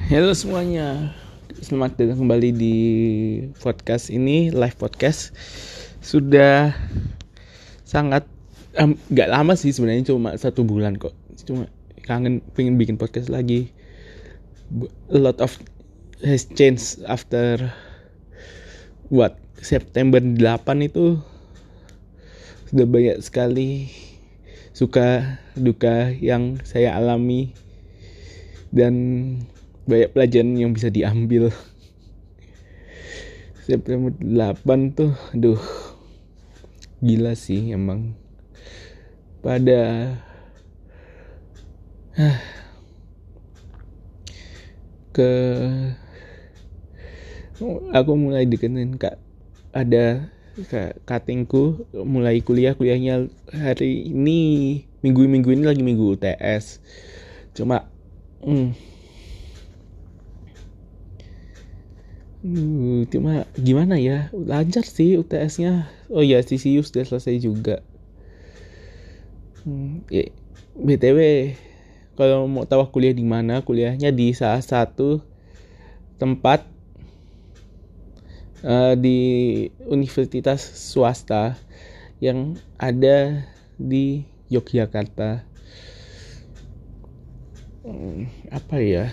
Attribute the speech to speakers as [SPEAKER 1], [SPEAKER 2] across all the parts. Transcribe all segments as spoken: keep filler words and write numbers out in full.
[SPEAKER 1] Halo semuanya, selamat datang kembali di podcast ini, live podcast. Sudah sangat um, gak lama sih sebenarnya, cuma satu bulan kok. Cuma kangen pengen bikin podcast lagi. A lot of has changed after what September delapan itu. Sudah banyak sekali suka duka yang saya alami dan banyak pelajaran yang bisa diambil. September delapan tuh aduh gila sih emang. Pada huh, ke aku mulai deketin kak ada kak katingku mulai kuliah kuliahnya hari ini minggu minggu ini lagi minggu U T S. Cuma hmm, Uh, cuma gimana ya, lancar sih U T S-nya. Oh ya, C C U sudah selesai juga. Hmm, ya, B T W, kalau mau tahu kuliah di mana, kuliahnya di salah satu tempat uh, di universitas swasta yang ada di Yogyakarta. Hmm, apa ya?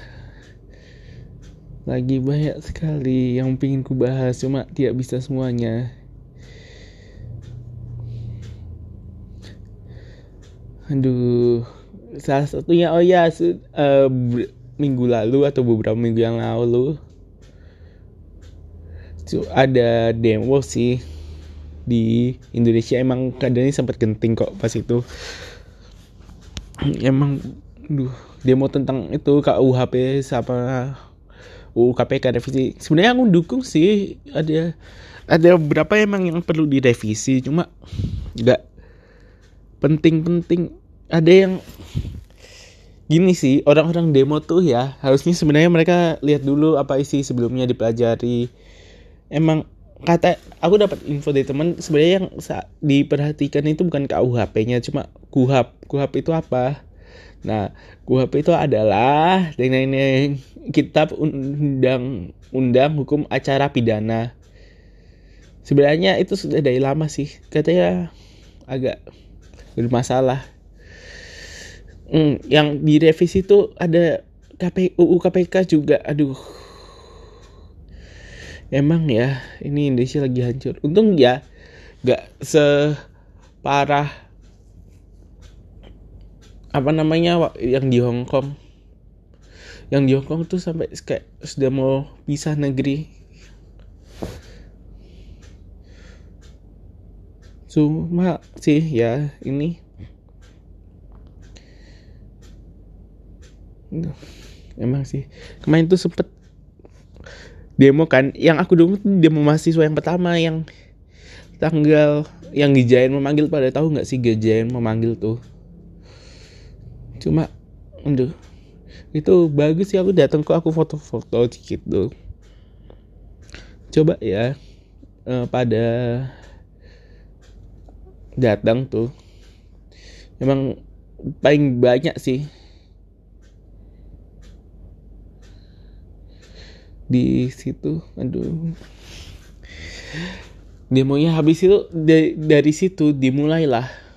[SPEAKER 1] Lagi banyak sekali yang pengen ku bahas, cuma tidak bisa semuanya. Aduh, salah satunya oh ya, uh, minggu lalu atau beberapa minggu yang lalu so, ada demo sih di Indonesia. Emang keadaannya sempat genting kok pas itu. Emang, duh, demo tentang itu K U H P sama U U K P K revisi. Sebenarnya aku dukung sih, ada ada beberapa emang yang perlu direvisi, cuma nggak penting-penting. Ada yang gini sih, orang-orang demo tuh ya harusnya sebenarnya mereka lihat dulu apa isi sebelumnya, dipelajari. Emang kata aku dapat info dari teman, sebenarnya yang diperhatikan itu bukan K U H P-nya, cuma KUHAP. KUHAP itu apa? Nah, KUHAP itu adalah dengan kitab undang-undang hukum acara pidana. Sebenarnya itu sudah dari lama sih, katanya agak bermasalah. Hmm, yang direvisi itu ada K P U U K P K juga. Aduh, emang ya ini Indonesia lagi hancur. Untung ya gak separah apa namanya yang di Hong Kong. Yang di Hong Kong tuh sampai kayak sudah mau pisah negeri. Cuma sih ya ini emang sih kemarin tuh sempet demo kan. Yang aku dulu demo mahasiswa yang pertama, yang tanggal yang Gejayan memanggil. Pada tahu nggak sih Gejayan memanggil tuh? Cuma aduh, itu bagus sih. Aku datang kok, aku foto-foto dikit tuh. Coba ya eh, pada datang tuh emang paling banyak sih di situ. Aduh, demonya habis itu dari, dari situ dimulailah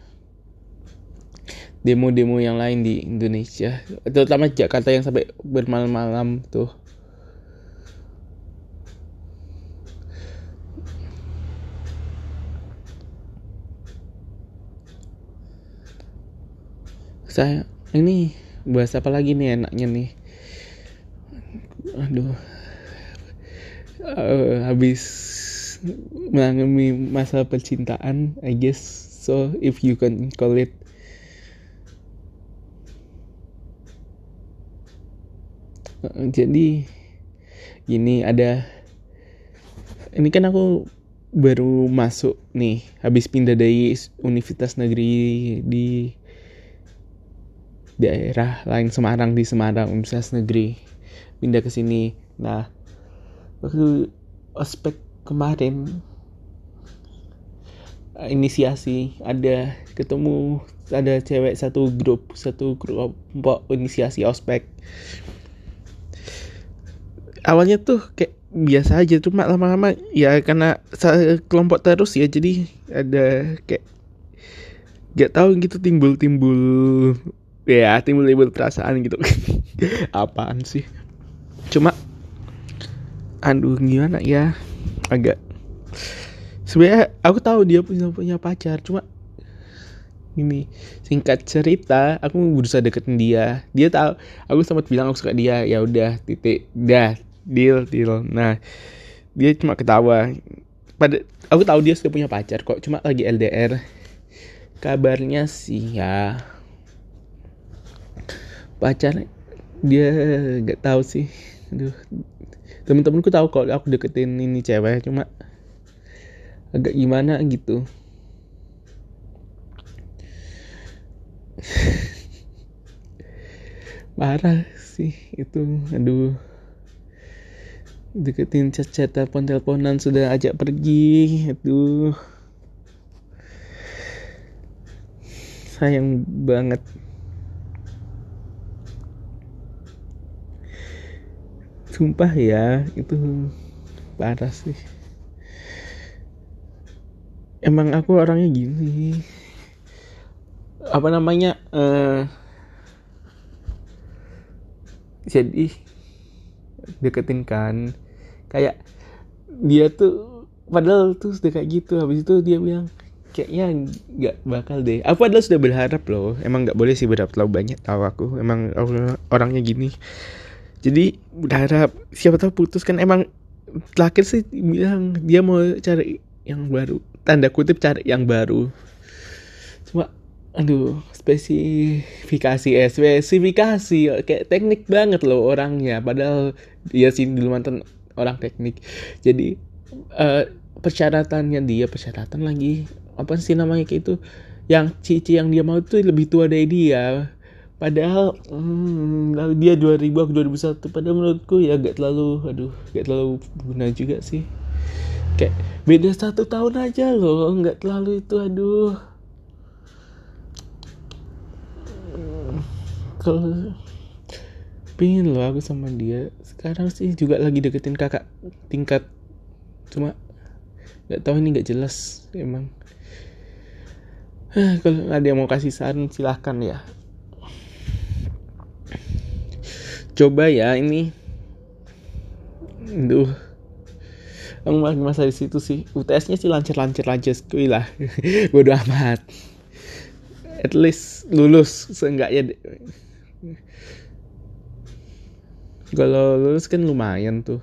[SPEAKER 1] demo-demo yang lain di Indonesia, terutama Jakarta yang sampai bermalam-malam tuh. Saya ini bahas apa lagi nih enaknya nih? Aduh, uh, habis mengalami masa percintaan, I guess so, if you can call it. Uh, jadi ini ada, ini kan aku baru masuk nih, habis pindah dari universitas negeri di daerah lain, Semarang, di Semarang universitas negeri, pindah ke sini. Nah, waktu ospek kemarin inisiasi ada ketemu, ada cewek satu grup, satu kelompok inisiasi ospek. awalnya tuh kayak biasa aja, cuma lama-lama ya karena kelompok terus ya, jadi ada kayak gak tahu gitu, timbul-timbul ya timbul-timbul perasaan gitu. Apaan sih, cuma aduh gimana ya, agak sebenarnya aku tahu dia punya punya pacar, cuma ini singkat cerita aku berusaha deketin dia, dia tahu aku sempat bilang aku suka dia, ya udah titik dah, deal deal. Nah dia cuma ketawa, pada aku tahu dia sudah punya pacar kok, cuma lagi L D R kabarnya sih ya, pacar dia nggak tahu sih. Aduh, temen-temenku tahu kalau aku deketin ini cewek, cuma agak gimana gitu. Parah sih itu, aduh, deketin chat-chat, telepon-teleponan, sudah ajak pergi, aduh, sayang banget. Sumpah ya, itu parah sih. Emang aku orangnya gini, apa namanya, uh, jadi deketin kan, kayak dia tuh padahal tuh sudah kayak gitu, habis itu dia bilang kayaknya nggak bakal deh. Aku padahal sudah berharap loh, emang nggak boleh sih berharap terlalu banyak, tahu aku emang orangnya gini. Jadi berharap siapa tahu putus kan. Emang terakhir sih bilang dia mau cari yang baru, tanda kutip cari yang baru. Cuma aduh, spesifikasi eh spesifikasi kayak teknik banget loh orangnya, padahal dia sih dulu mantan orang teknik. Jadi uh, persyaratannya dia persyaratan lagi apa sih namanya kayak itu, yang cici yang dia mau tuh lebih tua dari dia. Padahal hmm, dia dua ribu, aku dua ribu satu. Padahal menurutku ya gak terlalu, aduh, gak terlalu guna juga sih. Kayak beda satu tahun aja loh, gak terlalu itu, aduh. Kalau pingin loh aku sama dia. Sekarang sih juga lagi deketin kakak tingkat, cuma gak tahu ini gak jelas emang. Kalau ada yang mau kasih saran silahkan ya. Coba ya ini. Duh. Aku lagi masa di situ sih. U T S-nya sih lancar-lancar aja sekali lah. Bodoh amat. At least lulus seenggaknya. Kalau lulus kan lumayan tuh.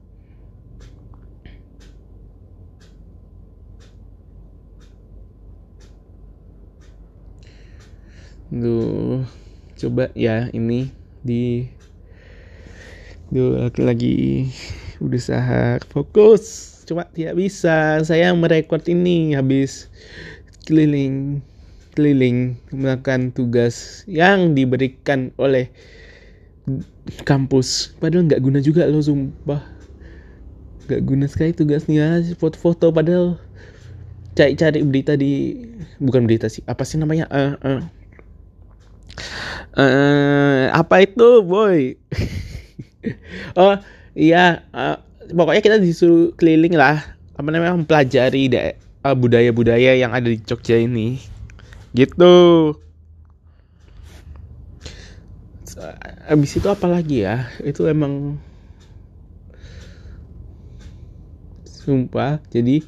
[SPEAKER 1] Duh. Coba ya ini di Duh, aku lagi berusaha fokus, cuma tidak bisa. Saya merekord ini habis keliling keliling melakukan tugas yang diberikan oleh kampus. Padahal nggak guna juga loh, sumpah. Nggak guna sekali tugasnya, foto-foto. Padahal cari-cari berita di, bukan berita sih, apa sih namanya? Uh, uh, uh, apa itu, boy? Oh iya, uh, pokoknya kita disuruh keliling lah, apa namanya, mempelajari da- uh, budaya-budaya yang ada di Jogja ini, gitu. So, abis itu apa lagi ya? Itu emang sumpah. Jadi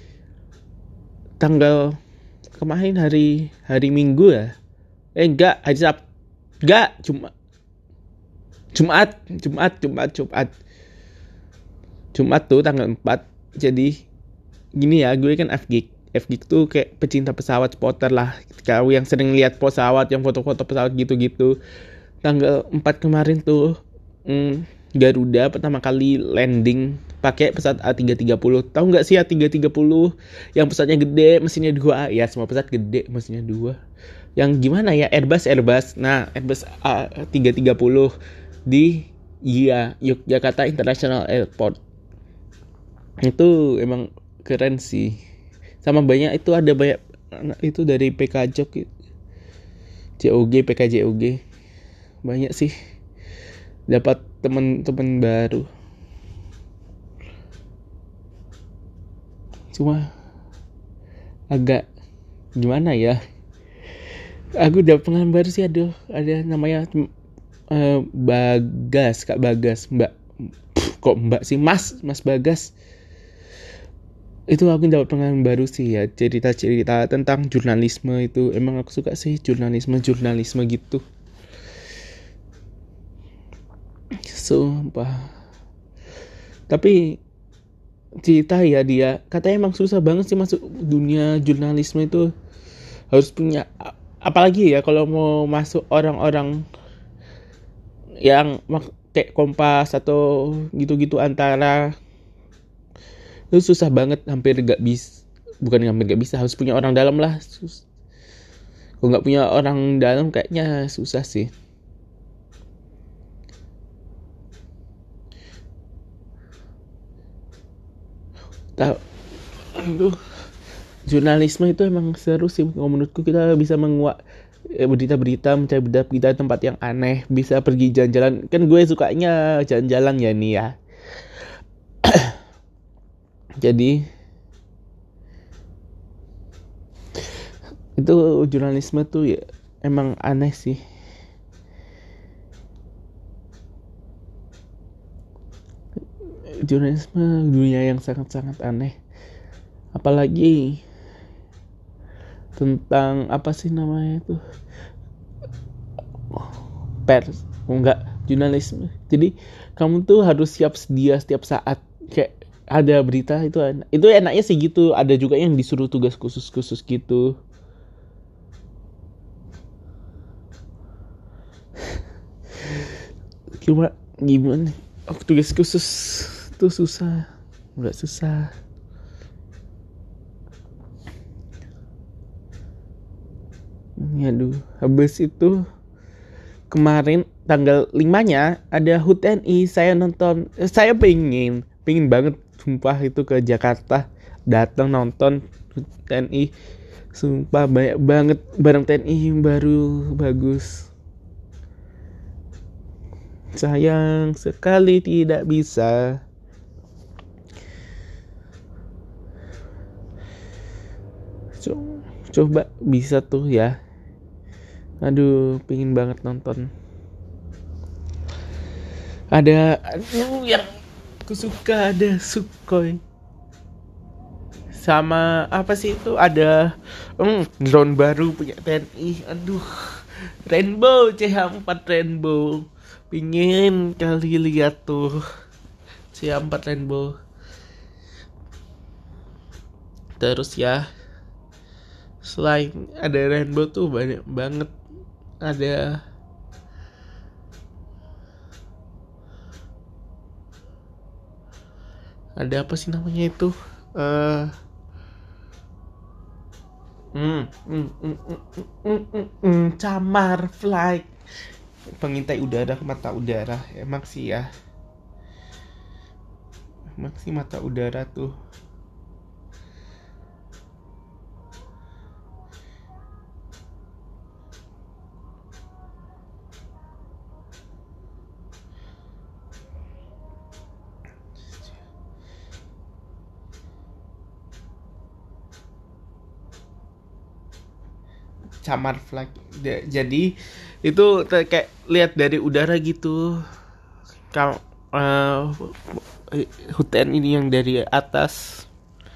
[SPEAKER 1] tanggal kemarin hari hari Minggu ya? Eh enggak, hari Sabtu. Enggak, cuma Jumat, Jumat, Jumat, Jumat. Jumat tuh tanggal empat. Jadi gini ya, gue kan F-Geek. F-Geek tuh kayak pecinta pesawat, spotter lah. Kau yang sering lihat pesawat, yang foto-foto pesawat gitu-gitu. Tanggal empat kemarin tuh hmm, Garuda pertama kali landing pakai pesawat A tiga tiga nol. Tahu enggak sih A tiga tiga nol? Yang pesawatnya gede, mesinnya dua. Ya, semua pesawat gede, mesinnya dua. Yang gimana ya? Airbus, Airbus. Nah, Airbus A tiga tiga nol di iya Yogyakarta International Airport. Itu emang keren sih. Sama banyak itu, ada banyak itu dari P K Jog, J O G, P K J O G. Banyak sih. Dapat teman-teman baru. Cuma agak gimana ya, aku udah pengalaman baru sih. Aduh, ada namanya uh, Bagas, Kak Bagas, Mbak Pff, kok Mbak sih, Mas Mas Bagas. Itu aku dapat pengalaman baru sih ya, cerita-cerita tentang jurnalisme. Itu emang aku suka sih jurnalisme jurnalisme gitu. Sumpah. Tapi cerita ya, dia katanya emang susah banget sih masuk dunia jurnalisme itu. Harus punya, apalagi ya kalau mau masuk orang-orang yang kayak Kompas atau gitu-gitu Antara, itu susah banget, hampir gak bisa. Bukan hampir gak bisa, harus punya orang dalam lah. Sus- kalau gak punya orang dalam kayaknya susah sih. Tahu itu jurnalisme itu emang seru sih. Kalau menurutku kita bisa menguak eh, berita-berita, mencari berita-berita tempat yang aneh, bisa pergi jalan-jalan. Kan gue sukanya jalan-jalan ya nih ya. Jadi itu jurnalisme tuh ya emang aneh sih. Jurnalisme dunia yang sangat-sangat aneh. Apalagi tentang apa sih namanya itu, pers, enggak, jurnalisme. Jadi kamu tuh harus siap sedia setiap saat. Kayak ada berita itu enak. Itu enaknya sih gitu. Ada juga yang disuruh tugas khusus-khusus gitu. Cuma gimana, oh, tugas khusus tuh susah. Enggak susah. Aduh, habis itu kemarin tanggal lima-nya ada H U T N I. Saya nonton, eh, saya pengen, pengen banget sumpah itu ke Jakarta, datang nonton H U T N I. Sumpah banyak banget barang T N I yang baru bagus. Sayang sekali tidak bisa. Coba bisa tuh ya. Aduh, pengen banget nonton. Ada aduh, yang aku suka, ada Sukhoi. Sama apa sih itu, ada hmm, drone baru punya T N I. Aduh, Rainbow C H empat Rainbow. Pingin kali lihat tuh C H empat Rainbow. Terus ya, selain ada Rainbow tuh banyak banget. Ada ada apa sih namanya itu, uh, hmm, hmm, hmm, hmm, hmm, hmm, hmm, Camar Flight, pengintai udara, mata udara. Emang sih ya, emang sih mata udara tuh Camar Flight. Jadi itu kayak lihat dari udara gitu. Kalau uh, hutan ini yang dari atas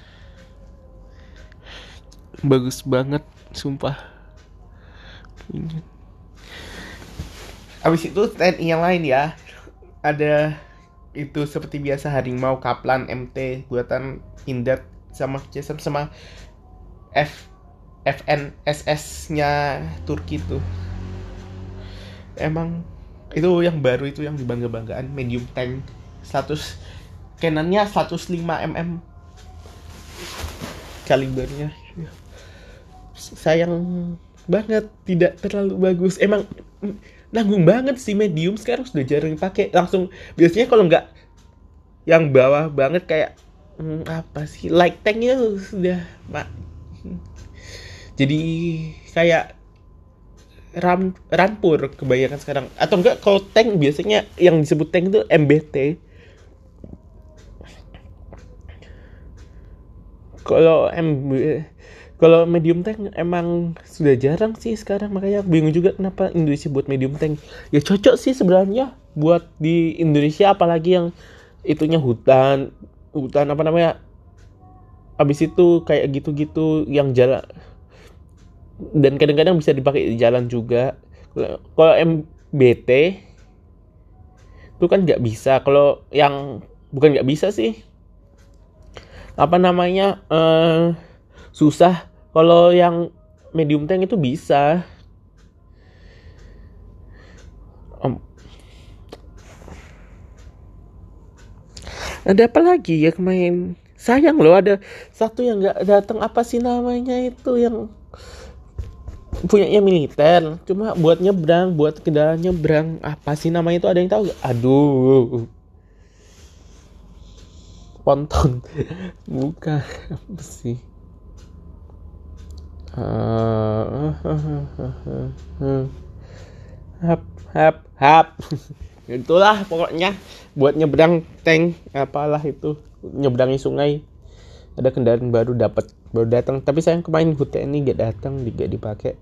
[SPEAKER 1] bagus banget, sumpah. Abis itu T N I yang lain ya, ada itu seperti biasa harimau, kaplan, M T buatan Pindad sama Jason sama F F N S S-nya Turki tuh. Emang itu yang baru, itu yang dibangga-banggaan, medium tank seratus, Canon-nya seratus lima milimeter kalibernya. Sayang banget tidak terlalu bagus. Emang nanggung banget sih medium, sekarang sudah jarang pakai. Langsung biasanya kalau nggak yang bawah banget kayak hmm, apa sih, light tanknya sudah mak. Jadi kayak ram rampur kebanyakan sekarang. Atau enggak, kalau tank biasanya yang disebut tank itu M B T. Kalau M kalau medium tank emang sudah jarang sih sekarang, makanya aku bingung juga kenapa Indonesia buat medium tank. Ya cocok sih sebenarnya buat di Indonesia, apalagi yang itunya hutan, hutan apa namanya? Habis itu kayak gitu-gitu yang jalan, dan kadang-kadang bisa dipakai di jalan juga. Kalau M B T itu kan nggak bisa. Kalau yang bukan nggak bisa sih, apa namanya, eh, susah. Kalau yang medium tank itu bisa. Om, ada apa lagi ya kemarin? Sayang loh, ada satu yang nggak datang, apa sih namanya itu, yang punyanya militer, cuma buat nyebrang, buat kendaraan nyebrang. Apa sih namanya itu, ada yang tahu gak? Aduh, ponton. Bukan, apa sih? Uh, hap hap hap. Itulah pokoknya buat nyebrang tank, apalah itu, nyebrangi sungai. Ada kendaraan baru dapat baru datang, tapi sayang kemarin H U T ini gak datang, gak dipakai.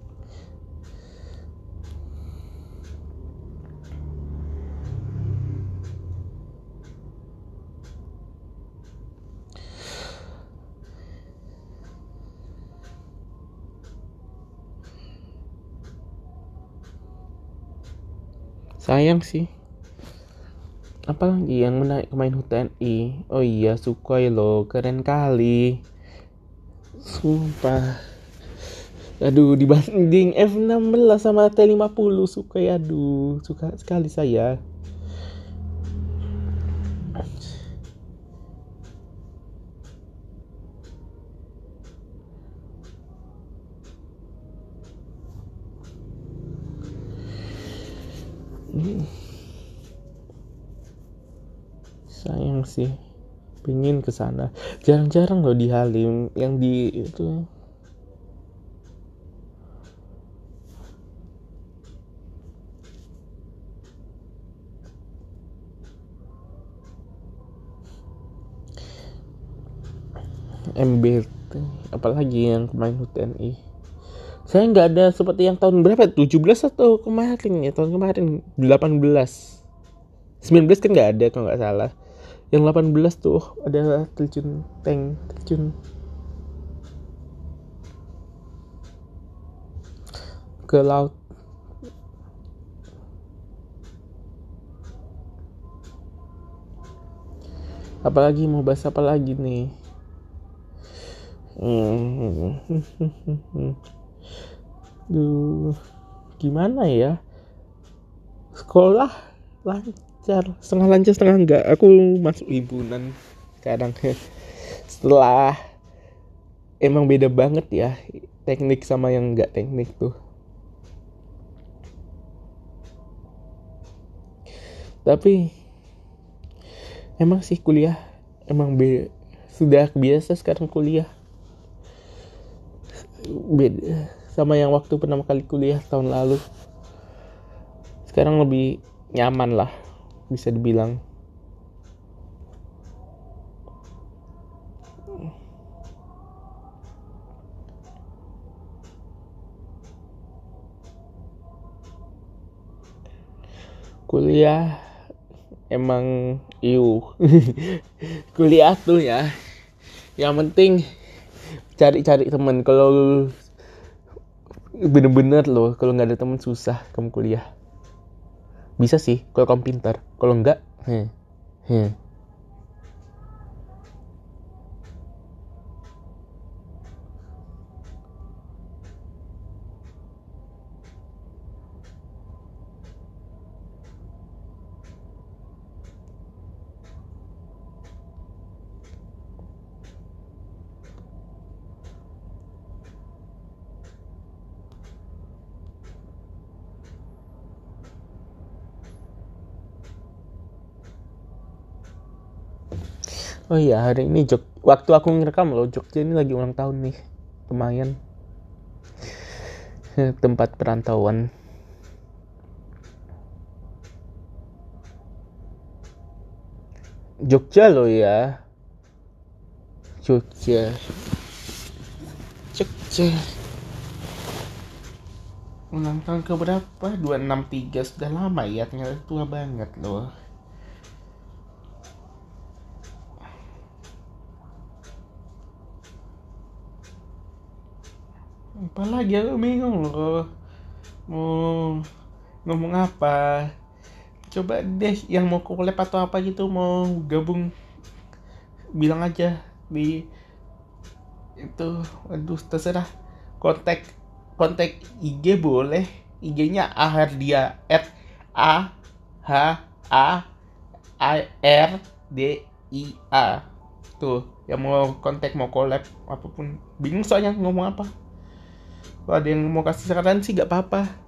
[SPEAKER 1] Sayang sih. Apalagi yang menarik kemarin H U T N I? Oh iya, Sukhoi loh, keren kali. Sumpah. Aduh, dibanding F enam belas sama T lima puluh, Sukhoi, aduh, suka sekali saya. Sayang sih, pingin kesana. Jarang-jarang loh di Halim, yang di itu. M B T, apalagi yang kemarin H U T N I. Saya nggak ada seperti yang tahun berapa, tujuh belas atau kemarin ya, tahun kemarin delapan belas. sembilan belas kan nggak ada kalau nggak salah. Yang delapan belas tuh ada terjun tank, terjun ke laut. Apalagi mau bahas apa lagi nih? Hmm. Duh, gimana ya? Sekolah lancar, setengah lancar setengah enggak. Aku masuk himpunan sekarang. Setelah, emang beda banget ya teknik sama yang enggak teknik tuh. Tapi emang sih kuliah emang be sudah biasa sekarang kuliah. Beda sama yang waktu pertama kali kuliah tahun lalu. Sekarang lebih nyaman lah, bisa dibilang. Kuliah emang iu. Kuliah tuh ya, yang penting cari-cari teman. Kalau bener-bener loh, kalau nggak ada teman susah kamu kuliah. Bisa sih kalau kamu pintar, kalau enggak, heh, heh. Oh iya, hari ini Jog waktu aku ngerekam loh, Jogja ini lagi ulang tahun nih. Lumayan. Tempat perantauan. Jogja loh ya. Jogja. Jogja. Ulang tahun ke berapa? dua enam tiga, sudah lama ya, ternyata tua banget loh. Apalagi aku bingung loh mau ngomong apa. Coba deh yang mau collab atau apa gitu, mau gabung, bilang aja di itu. Aduh, terserah. Kontak kontak I G boleh. I G-nya Ahardia at A H A R D I A. Tuh, yang mau kontak, mau collab apapun. Bingung soalnya ngomong apa. Kalau ada yang mau kasih saran sih gak apa-apa.